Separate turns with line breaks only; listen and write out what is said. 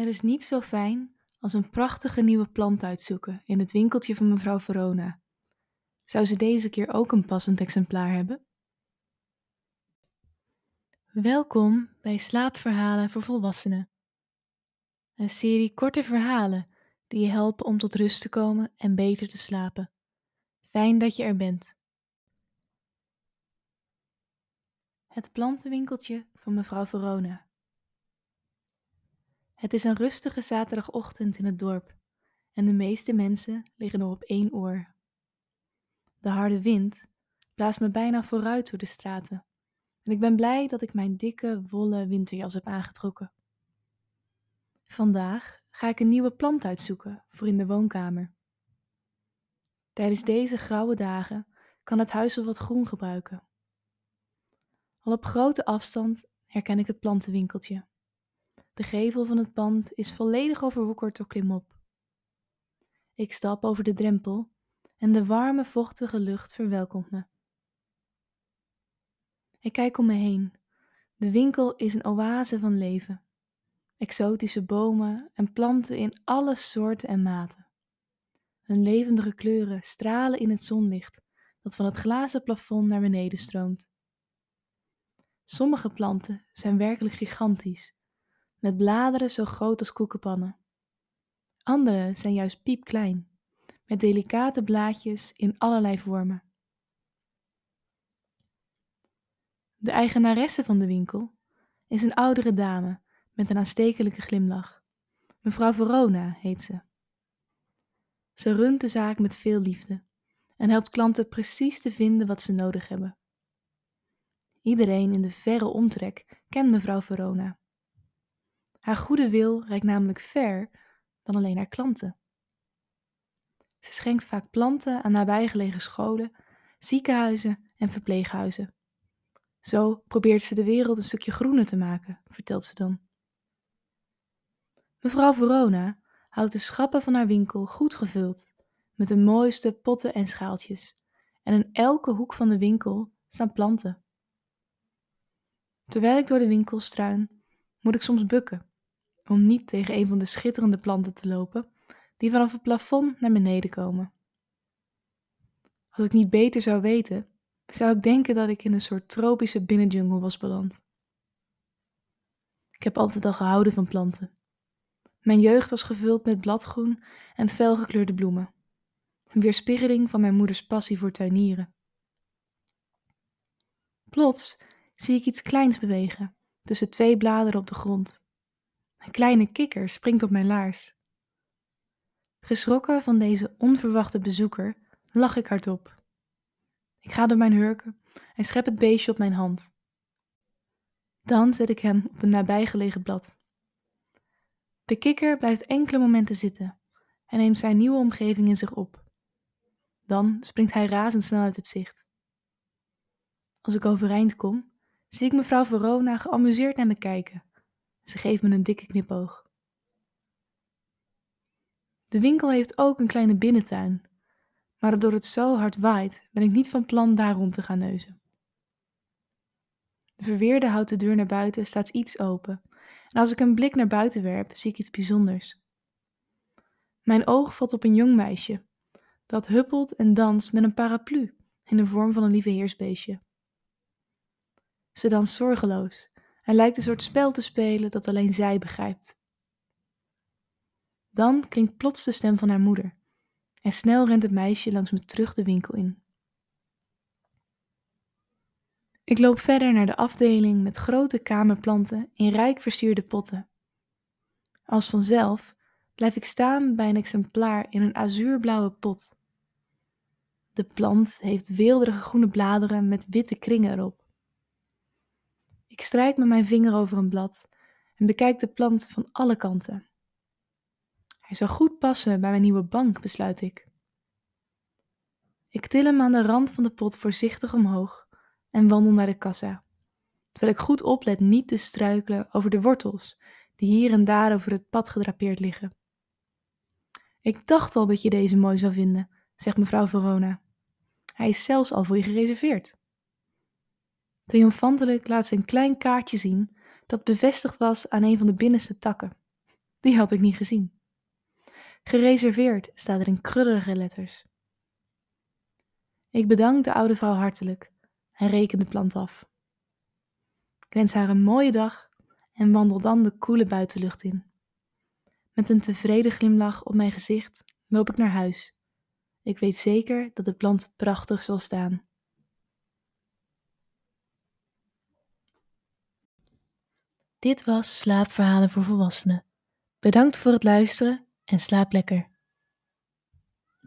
Er is niets zo fijn als een prachtige nieuwe plant uitzoeken in het winkeltje van mevrouw Verona. Zou ze deze keer ook een passend exemplaar hebben? Welkom bij Slaapverhalen voor Volwassenen. Een serie korte verhalen die je helpen om tot rust te komen en beter te slapen. Fijn dat je er bent. Het plantenwinkeltje van mevrouw Verona. Het is een rustige zaterdagochtend in het dorp en de meeste mensen liggen nog op één oor. De harde wind blaast me bijna vooruit door de straten en ik ben blij dat ik mijn dikke, wollen winterjas heb aangetrokken. Vandaag ga ik een nieuwe plant uitzoeken voor in de woonkamer. Tijdens deze grauwe dagen kan het huis wel wat groen gebruiken. Al op grote afstand herken ik het plantenwinkeltje. De gevel van het pand is volledig overwoekerd door klimop. Ik stap over de drempel en de warme, vochtige lucht verwelkomt me. Ik kijk om me heen. De winkel is een oase van leven. Exotische bomen en planten in alle soorten en maten. Hun levendige kleuren stralen in het zonlicht dat van het glazen plafond naar beneden stroomt. Sommige planten zijn werkelijk gigantisch, met bladeren zo groot als koekenpannen. Andere zijn juist piepklein, met delicate blaadjes in allerlei vormen. De eigenaresse van de winkel is een oudere dame met een aanstekelijke glimlach. Mevrouw Verona heet ze. Ze runt de zaak met veel liefde en helpt klanten precies te vinden wat ze nodig hebben. Iedereen in de verre omtrek kent mevrouw Verona. Haar goede wil reikt namelijk ver dan alleen haar klanten. Ze schenkt vaak planten aan nabijgelegen scholen, ziekenhuizen en verpleeghuizen. Zo probeert ze de wereld een stukje groener te maken, vertelt ze dan. Mevrouw Verona houdt de schappen van haar winkel goed gevuld, met de mooiste potten en schaaltjes. En in elke hoek van de winkel staan planten. Terwijl ik door de winkel struin, moet ik soms bukken, om niet tegen een van de schitterende planten te lopen, die vanaf het plafond naar beneden komen. Als ik niet beter zou weten, zou ik denken dat ik in een soort tropische binnenjungle was beland. Ik heb altijd al gehouden van planten. Mijn jeugd was gevuld met bladgroen en felgekleurde bloemen. Een weerspiegeling van mijn moeders passie voor tuinieren. Plots zie ik iets kleins bewegen, tussen twee bladeren op de grond. Een kleine kikker springt op mijn laars. Geschrokken van deze onverwachte bezoeker, lach ik hardop. Ik ga door mijn hurken en schep het beestje op mijn hand. Dan zet ik hem op een nabijgelegen blad. De kikker blijft enkele momenten zitten en neemt zijn nieuwe omgeving in zich op. Dan springt hij razendsnel uit het zicht. Als ik overeind kom, zie ik mevrouw Verona geamuseerd naar me kijken. Ze geeft me een dikke knipoog. De winkel heeft ook een kleine binnentuin, maar doordat het zo hard waait, ben ik niet van plan daar rond te gaan neuzen. De verweerde houten deur naar buiten staat iets open en als ik een blik naar buiten werp, zie ik iets bijzonders. Mijn oog valt op een jong meisje, dat huppelt en danst met een paraplu in de vorm van een lieveheersbeestje. Ze danst zorgeloos en lijkt een soort spel te spelen dat alleen zij begrijpt. Dan klinkt plots de stem van haar moeder en snel rent het meisje langs me terug de winkel in. Ik loop verder naar de afdeling met grote kamerplanten in rijk versierde potten. Als vanzelf blijf ik staan bij een exemplaar in een azuurblauwe pot. De plant heeft weelderige groene bladeren met witte kringen erop. Ik strijk met mijn vinger over een blad en bekijk de plant van alle kanten. Hij zou goed passen bij mijn nieuwe bank, besluit ik. Ik til hem aan de rand van de pot voorzichtig omhoog en wandel naar de kassa, terwijl ik goed oplet niet te struikelen over de wortels die hier en daar over het pad gedrapeerd liggen. Ik dacht al dat je deze mooi zou vinden, zegt mevrouw Verona. Hij is zelfs al voor je gereserveerd. Triomfantelijk laat ze een klein kaartje zien dat bevestigd was aan een van de binnenste takken. Die had ik niet gezien. Gereserveerd staat er in krullige letters. Ik bedank de oude vrouw hartelijk en reken de plant af. Ik wens haar een mooie dag en wandel dan de koele buitenlucht in. Met een tevreden glimlach op mijn gezicht loop ik naar huis. Ik weet zeker dat de plant prachtig zal staan. Dit was Slaapverhalen voor Volwassenen. Bedankt voor het luisteren en slaap lekker.